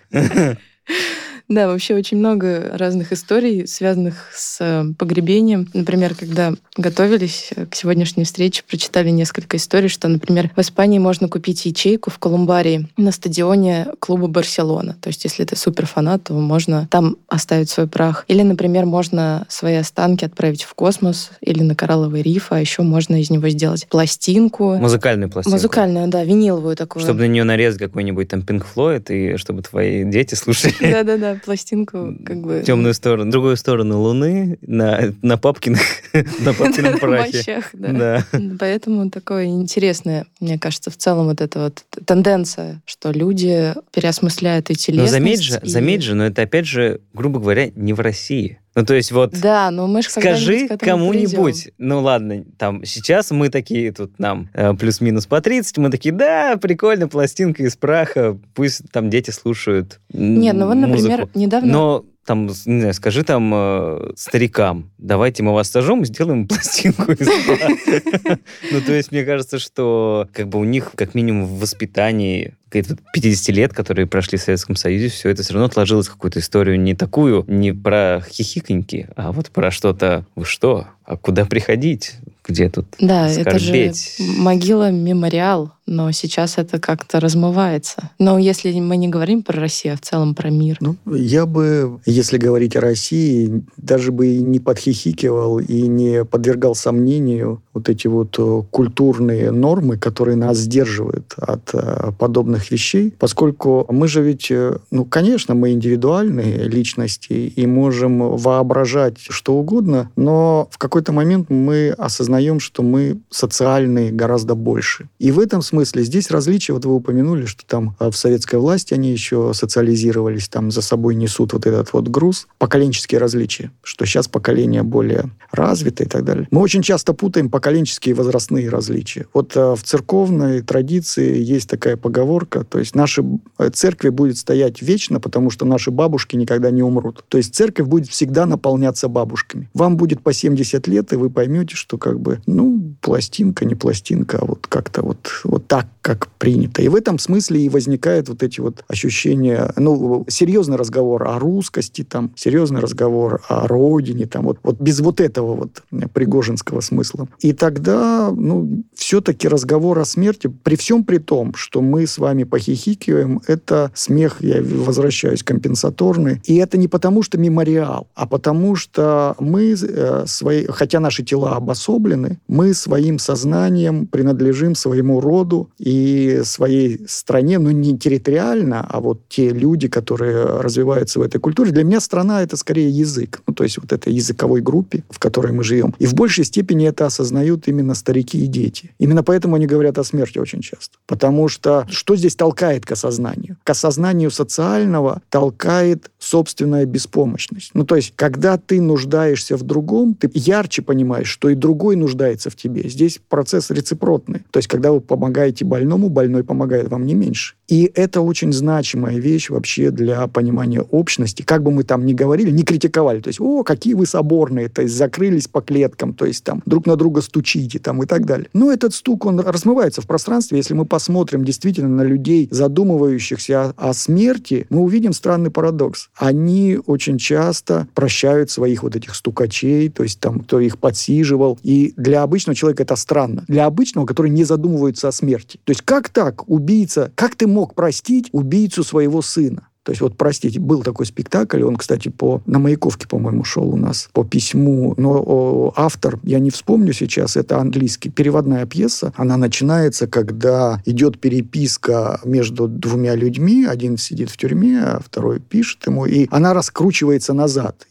Да, вообще очень много разных историй, связанных с э, погребением. Например, когда готовились к сегодняшней встрече, прочитали несколько историй, что, например, в Испании можно купить ячейку в Колумбарии на стадионе клуба Барселона. То есть, если ты суперфанат, то можно там оставить свой прах. Или, например, можно свои останки отправить в космос или на коралловый риф, а еще можно из него сделать пластинку. Музыкальную пластинку. Музыкальную, да, виниловую такую. Чтобы на нее нарезать какой-нибудь там Pink Floyd, и чтобы твои дети слушали. Да-да-да, пластинку как бы... Темную сторону, другую сторону Луны на, на папкиных, на папкином прахе. мощах, да. Да. Поэтому такое интересное, мне кажется, в целом вот эта вот тенденция, что люди переосмысляют эти Но лестности. заметь же, и- заметь же, но это опять же, грубо говоря, не в России. Ну, то есть вот Да, но мы же скажи кому-нибудь, ну ладно, там сейчас мы такие, тут нам э, плюс-минус по тридцать, мы такие, да, прикольно, пластинка из праха, пусть там дети слушают м, Нет, ну вот, например, музыку. недавно... Но там, не знаю, скажи там э, старикам, давайте мы вас сожжем и сделаем пластинку из праха. Ну, то есть, мне кажется, что как бы у них, как минимум, в воспитании какие-то пятьдесят лет, которые прошли в Советском Союзе, все это все равно отложилось в какую-то историю не такую, не про хихиканьки, а вот про что-то, вы что, а куда приходить? Где тут Да, это же скорбеть? могила-мемориал, но сейчас это как-то размывается. Но если мы не говорим про Россию, а в целом про мир. Ну, я бы, если говорить о России, даже бы и не подхихикивал и не подвергал сомнению вот эти вот э, культурные нормы, которые нас сдерживают от э, подобных вещей, поскольку мы же ведь, э, ну, конечно, мы индивидуальные личности и можем воображать что угодно, но в какой-то момент мы осознаем, что мы социальные гораздо больше. И в этом смысле здесь различия, вот вы упомянули, что там э, в советской власти они еще социализировались, там за собой несут вот этот вот груз, поколенческие различия, что сейчас поколение более развито и так далее. Мы очень часто путаем поколенческие и возрастные различия. Вот э, в церковной традиции есть такая поговорка, то есть наши э, церкви будет стоять вечно, потому что наши бабушки никогда не умрут. То есть церковь будет всегда наполняться бабушками. Вам будет по семьдесят лет, и вы поймете, что как бы, ну, пластинка, не пластинка, а вот как-то вот, вот так, как принято. И в этом смысле и возникают вот эти вот ощущения, ну, серьезный разговор о русскости, там, серьезный разговор о родине, там, вот, вот без вот этого вот пригожинского смысла. И тогда, ну, все-таки разговор о смерти, при всем при том, что мы с вами похихикиваем, это смех, я возвращаюсь, компенсаторный. И это не потому, что мемориал, а потому, что мы, э, свои, хотя наши тела обособлены, мы своим сознанием принадлежим своему роду и своей стране, но не территориально, а вот те люди, которые развиваются в этой культуре. Для меня страна — это скорее язык. Ну, то есть вот этой языковой группе, в которой мы живем. И в большей степени это осознают именно старики и дети. Именно поэтому они говорят о смерти очень часто. Потому что что здесь толкает к осознанию? К осознанию социального толкает собственная беспомощность. Ну, то есть, когда ты нуждаешься в другом, ты ярче понимаешь, что и другой нуждается в тебе. Здесь процесс рецепротный. То есть, когда вы помогаете больному, больной помогает вам не меньше. И это очень значимая вещь вообще для понимания общности. Как бы мы там ни говорили, не критиковали. То есть, о, какие вы соборные, то есть, закрылись по клеткам, то есть, там, друг на друга стучите, там, и так далее. Но этот стук, он размывается в пространстве. Если мы посмотрим действительно на людей, задумывающихся о, о смерти, мы увидим странный парадокс. Они очень часто прощают своих вот этих стукачей, то есть, там, кто их подсиживал. И для обычного человека это странно. Для обычного, который не задумывается о смерти. То есть, как так, убийца, как ты мог простить убийцу своего сына? То есть, вот, простите, был такой спектакль, он, кстати, по, на Маяковке, по-моему, шел у нас, по письму, но о, автор, я не вспомню сейчас, это английский, переводная пьеса, она начинается, когда идет переписка между двумя людьми, один сидит в тюрьме, а второй пишет ему, и она раскручивается назад, и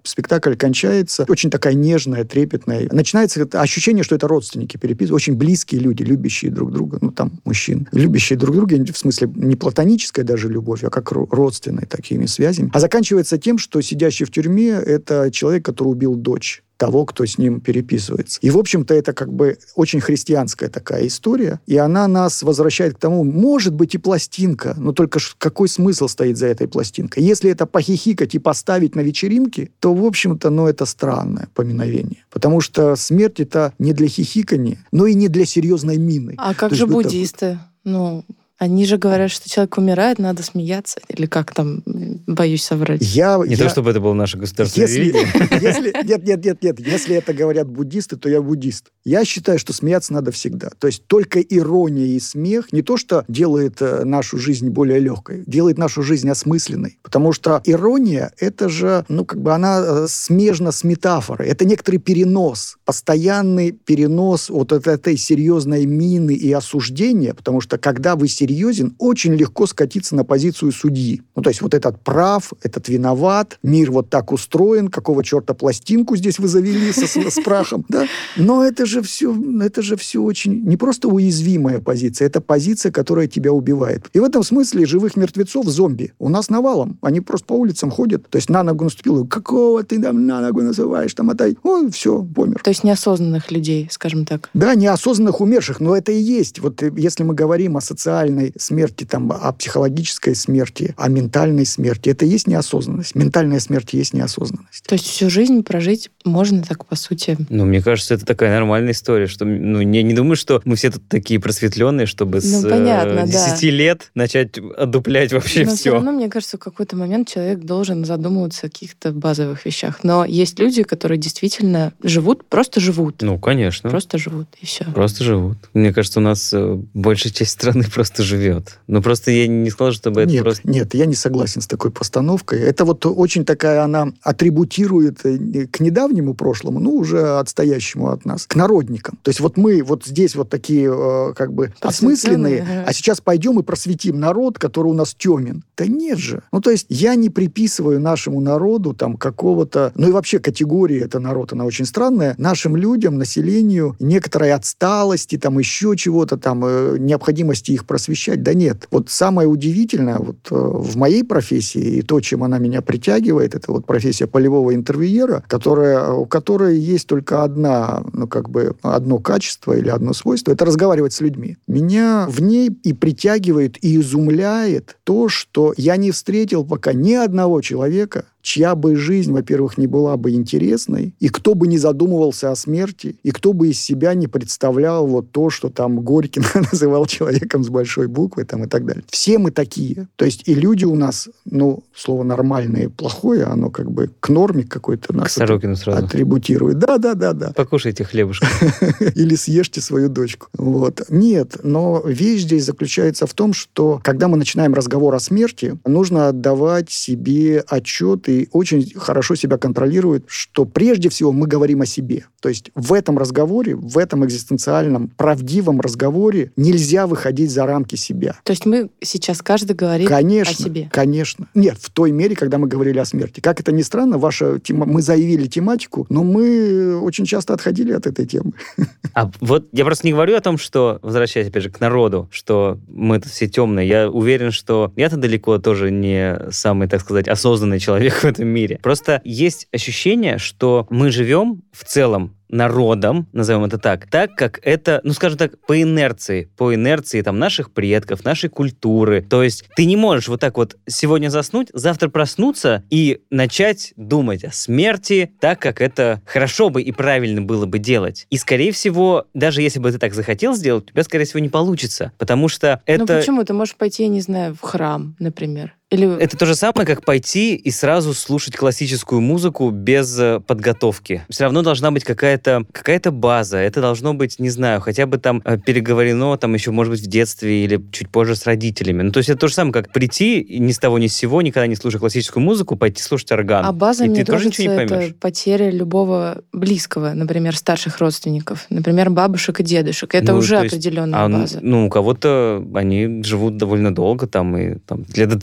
спектакль кончается, очень такая нежная, трепетная. Начинается это ощущение, что это родственники переписывают, очень близкие люди, любящие друг друга, ну, там, мужчин, любящие друг друга, в смысле, не платоническая даже любовь, а как родственные такими связями. А заканчивается тем, что сидящий в тюрьме — это человек, который убил дочь того, кто с ним переписывается. И, в общем-то, это как бы очень христианская такая история, и она нас возвращает к тому, может быть и пластинка, но только какой смысл стоит за этой пластинкой? Если это похихикать и поставить на вечеринке, то, в общем-то, ну, это странное поминовение. Потому что смерть — это не для хихикания, но и не для серьезной мины. А как то же есть, буддисты? Это... Ну... Они же говорят, что человек умирает, надо смеяться. Или как там, боюсь соврать. Я, Не я... то, чтобы это было наше государственное если, религия. Если, нет, нет, нет, нет. Если это говорят буддисты, то я буддист. Я считаю, что смеяться надо всегда. То есть только ирония и смех не то, что делает нашу жизнь более легкой, делает нашу жизнь осмысленной. Потому что ирония, это же, ну, как бы она смежна с метафорой. Это некоторый перенос, постоянный перенос вот от этой серьезной мины и осуждения, потому что когда вы серьезны, серьезен, очень легко скатиться на позицию судьи. Ну, то есть вот этот прав, этот виноват, мир вот так устроен, какого черта пластинку здесь вы завели со, с прахом, да? Но это же все, это же все очень не просто уязвимая позиция, это позиция, которая тебя убивает. И в этом смысле живых мертвецов, зомби, у нас навалом. Они просто по улицам ходят, то есть на ногу наступил, какого ты там на ногу называешь, там, мотай, ой, все, помер. То есть неосознанных людей, скажем так. Да, неосознанных умерших, но это и есть. Вот если мы говорим о социальной смерти, там, о психологической смерти, о ментальной смерти, это и есть неосознанность. Ментальная смерть и есть неосознанность. То есть всю жизнь прожить можно так, по сути? Ну, мне кажется, это такая нормальная история, что, ну, я не думаю, что мы все тут такие просветленные, чтобы ну, с понятно, э, десяти да. лет начать отдуплять вообще Но все. все равно, мне кажется, в какой-то момент человек должен задумываться о каких-то базовых вещах. Но есть люди, которые действительно живут, просто живут. Ну, конечно. Просто живут, и все. Просто живут. Мне кажется, у нас большая часть страны просто живет. Ну, просто я не сказал, чтобы это нет, просто... Нет, я не согласен с такой постановкой. Это вот очень такая, она атрибутирует к недавнему прошлому, ну, уже отстоящему от нас, к народникам. То есть вот мы вот здесь вот такие как бы осмысленные, а сейчас пойдем и просветим народ, который у нас темен. Да нет же. Ну, то есть я не приписываю нашему народу там какого-то... Ну, и вообще категория это народ, она очень странная. Нашим людям, населению некоторой отсталости, там еще чего-то, там необходимости их просвещать. Да нет. Вот самое удивительное вот в моей профессии и то, чем она меня притягивает, это вот профессия полевого интервьюера, которая, у которой есть только одна, ну, как бы, одно качество или одно свойство, это разговаривать с людьми. Меня в ней и притягивает, и изумляет то, что я не встретил пока ни одного человека, чья бы жизнь, во-первых, не была бы интересной, и кто бы не задумывался о смерти, и кто бы из себя не представлял вот то, что там Горький называл человеком с большой буквы, там, и так далее. Все мы такие. То есть и люди у нас, ну, слово «нормальное» плохое, оно как бы к норме какой-то нас к Сорокину сразу атрибутирует. Да-да-да-да. Покушайте хлебушка. Или съешьте свою дочку. Вот. Нет, но вещь здесь заключается в том, что когда мы начинаем разговор о смерти, нужно отдавать себе отчет и очень хорошо себя контролирует, что прежде всего мы говорим о себе. То есть в этом разговоре, в этом экзистенциальном, правдивом разговоре нельзя выходить за рамки себя. То есть мы сейчас каждый говорит конечно, о себе? Конечно. Нет, в той мере, когда мы говорили о смерти. Как это ни странно, ваша тема, мы заявили тематику, но мы очень часто отходили от этой темы. А вот я просто не говорю о том, что, возвращаясь опять же к народу, что мы-то все темные. Я уверен, что я-то далеко тоже не самый, так сказать, осознанный человек в этом мире. Просто есть ощущение, что мы живем в целом народом, назовем это так, так, как это, ну, скажем так, по инерции, по инерции там наших предков, нашей культуры. То есть ты не можешь вот так вот сегодня заснуть, завтра проснуться и начать думать о смерти так, как это хорошо бы и правильно было бы делать. И, скорее всего, даже если бы ты так захотел сделать, у тебя, скорее всего, не получится, потому что это... Ну, почему? Ты можешь пойти, я не знаю, в храм, например. Или... Это то же самое, как пойти и сразу слушать классическую музыку без подготовки. Все равно должна быть какая-то, какая-то база. Это должно быть, не знаю, хотя бы там переговорено, там еще, может быть, в детстве или чуть позже с родителями. Ну, то есть это то же самое, как прийти и ни с того ни с сего, никогда не слушая классическую музыку, пойти слушать орган. А база, и мне ты тоже кажется, ничего не поймешь. это потеря любого близкого, например, старших родственников, например, бабушек и дедушек. Это ну, уже есть, определенная а, база. Ну, у кого-то они живут довольно долго, там, и там, лет до тридцати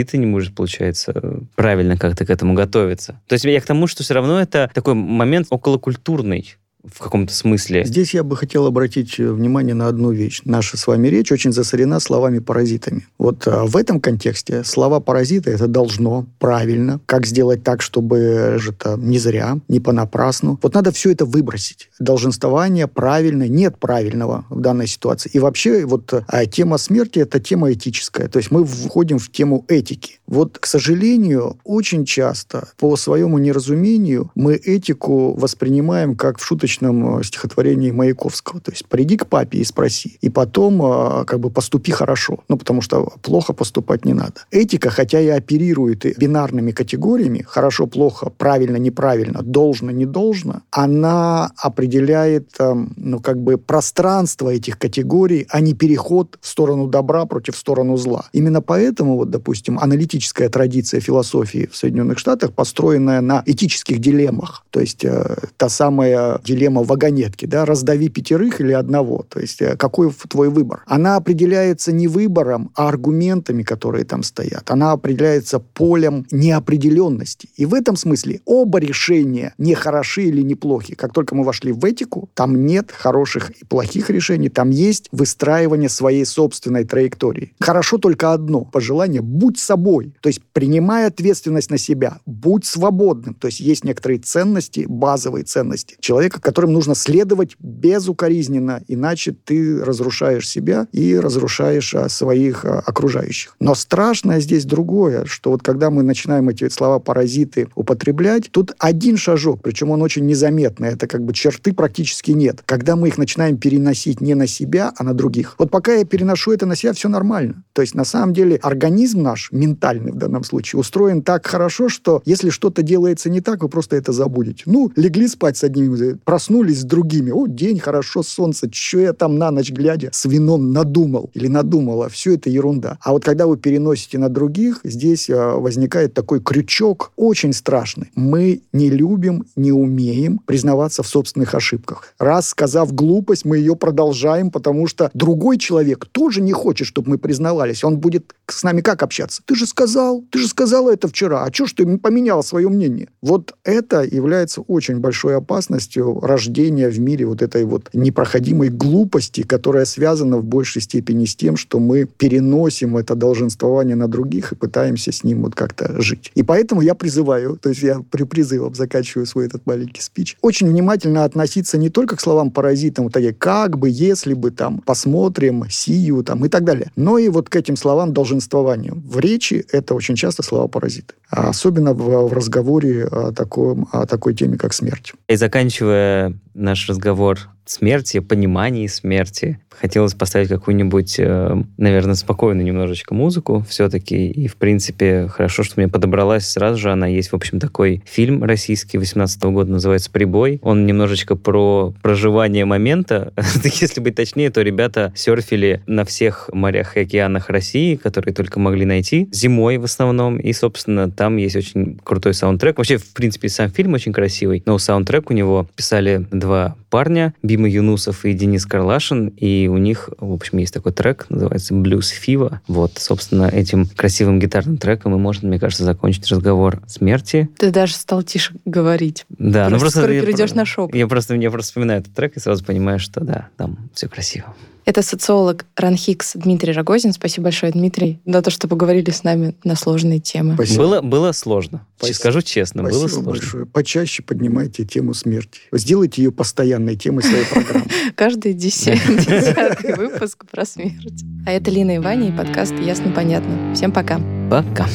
ты не можешь, получается, правильно как-то к этому готовиться. То есть я к тому, что все равно это такой момент околокультурный в каком-то смысле. Здесь я бы хотел обратить внимание на одну вещь. Наша с вами речь очень засорена словами-паразитами. Вот а, в этом контексте слова «паразиты» — это должно, правильно. Как сделать так, чтобы это не зря, не понапрасну. Вот надо все это выбросить. Долженствование правильное, нет правильного в данной ситуации. И вообще вот а, тема смерти — это тема этическая. То есть мы входим в тему этики. Вот, к сожалению, очень часто по своему неразумению мы этику воспринимаем как в шуточном стихотворении Маяковского. То есть приди к папе и спроси. И потом как бы поступи хорошо. Ну, потому что плохо поступать не надо. Этика, хотя и оперирует бинарными категориями, хорошо, плохо, правильно, неправильно, должно, не должно, она определяет, ну, как бы пространство этих категорий, а не переход в сторону добра против сторону зла. Именно поэтому, вот, допустим, аналитическая традиция философии в Соединенных Штатах, построенная на этических дилеммах. То есть э, та самая дилемма вагонетки, да, раздави пятерых или одного, то есть какой твой выбор. Она определяется не выбором, а аргументами, которые там стоят. Она определяется полем неопределенности. И в этом смысле оба решения не хороши или не плохи. Как только мы вошли в этику, там нет хороших и плохих решений, там есть выстраивание своей собственной траектории. Хорошо только одно пожелание: будь собой, то есть принимай ответственность на себя, будь свободным. То есть есть некоторые ценности, базовые ценности человека, которым нужно следовать безукоризненно, иначе ты разрушаешь себя и разрушаешь а, своих а, окружающих. Но страшное здесь другое, что вот когда мы начинаем эти слова «паразиты» употреблять, тут один шажок, причем он очень незаметный, это как бы черты практически нет. Когда мы их начинаем переносить не на себя, а на других. Вот пока я переношу это на себя, все нормально. То есть на самом деле организм наш, ментальный в данном случае, устроен так хорошо, что если что-то делается не так, вы просто это забудете. Ну, легли спать с одним, проснулись с другими. О, день, хорошо, солнце. Что я там на ночь глядя с вином надумал или надумала? Все это ерунда. А вот когда вы переносите на других, здесь а, возникает такой крючок очень страшный. Мы не любим, не умеем признаваться в собственных ошибках. Раз сказав глупость, мы ее продолжаем, потому что другой человек тоже не хочет, чтобы мы признавались. Он будет с нами как общаться? Ты же сказал, ты же сказала это вчера. А что ж ты поменяла свое мнение? Вот это является очень большой опасностью рождения в мире вот этой вот непроходимой глупости, которая связана в большей степени с тем, что мы переносим это долженствование на других и пытаемся с ним вот как-то жить. И поэтому я призываю, то есть я при призывом заканчиваю свой этот маленький спич, очень внимательно относиться не только к словам паразитам, вот такие как бы, если бы там, посмотрим, сию там и так далее, но и вот к этим словам долженствования. В речи это очень часто слова паразиты. А особенно в, в разговоре о, таком, о такой теме, как смерть. И заканчивая наш разговор смерти, понимании смерти, хотелось поставить какую-нибудь, наверное, спокойную немножечко музыку все-таки. И, в принципе, хорошо, что мне подобралась сразу же. Она есть, в общем, такой фильм российский восемнадцатого года, называется «Прибой». Он немножечко про проживание момента. Если быть точнее, то ребята серфили на всех морях и океанах России, которые только могли найти, зимой в основном. И, собственно, там есть очень крутой саундтрек. Вообще, в принципе, сам фильм очень красивый, но саундтрек у него писали два парня, Бима Юнусов и Денис Карлашин, и у них, в общем, есть такой трек, называется «Blues Fever». Вот, собственно, этим красивым гитарным треком и можно, мне кажется, закончить разговор о смерти. Ты даже стал тише говорить. Да, просто ну просто... скоро я, перейдешь на шепот. Я просто, я просто вспоминаю этот трек и сразу понимаю, что да, там все красиво. Это социолог РАНХИКС Дмитрий Рогозин. Спасибо большое, Дмитрий, за то, что поговорили с нами на сложные темы. Спасибо. Было, было сложно. Спасибо. Скажу честно, Спасибо было сложно. большое. Почаще поднимайте тему смерти. Сделайте ее постоянной темой своей программы. Каждый десятый выпуск про смерть. А это Лина и Ваня, и подкаст «Ясно-понятно». Всем пока. Пока.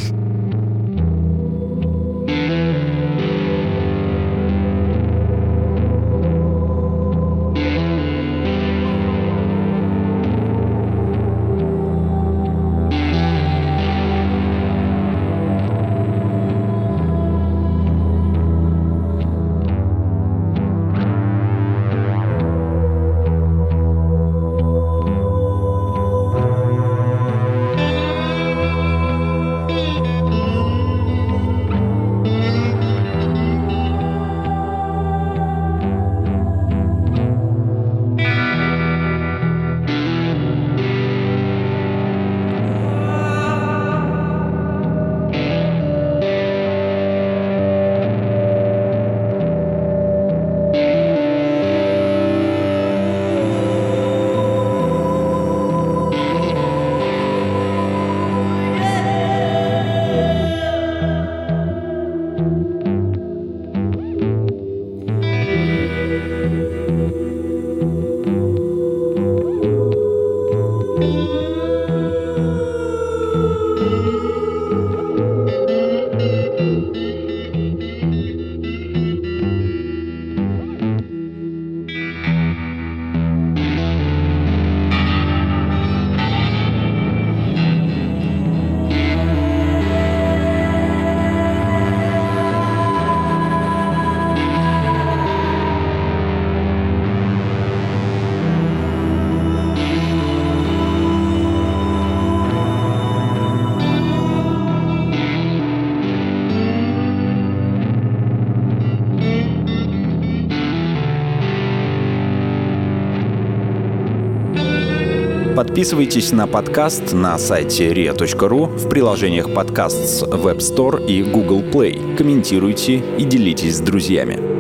Подписывайтесь на подкаст на сайте риа точка ру, в приложениях подкаст с Web Store и Google Play. Комментируйте и делитесь с друзьями.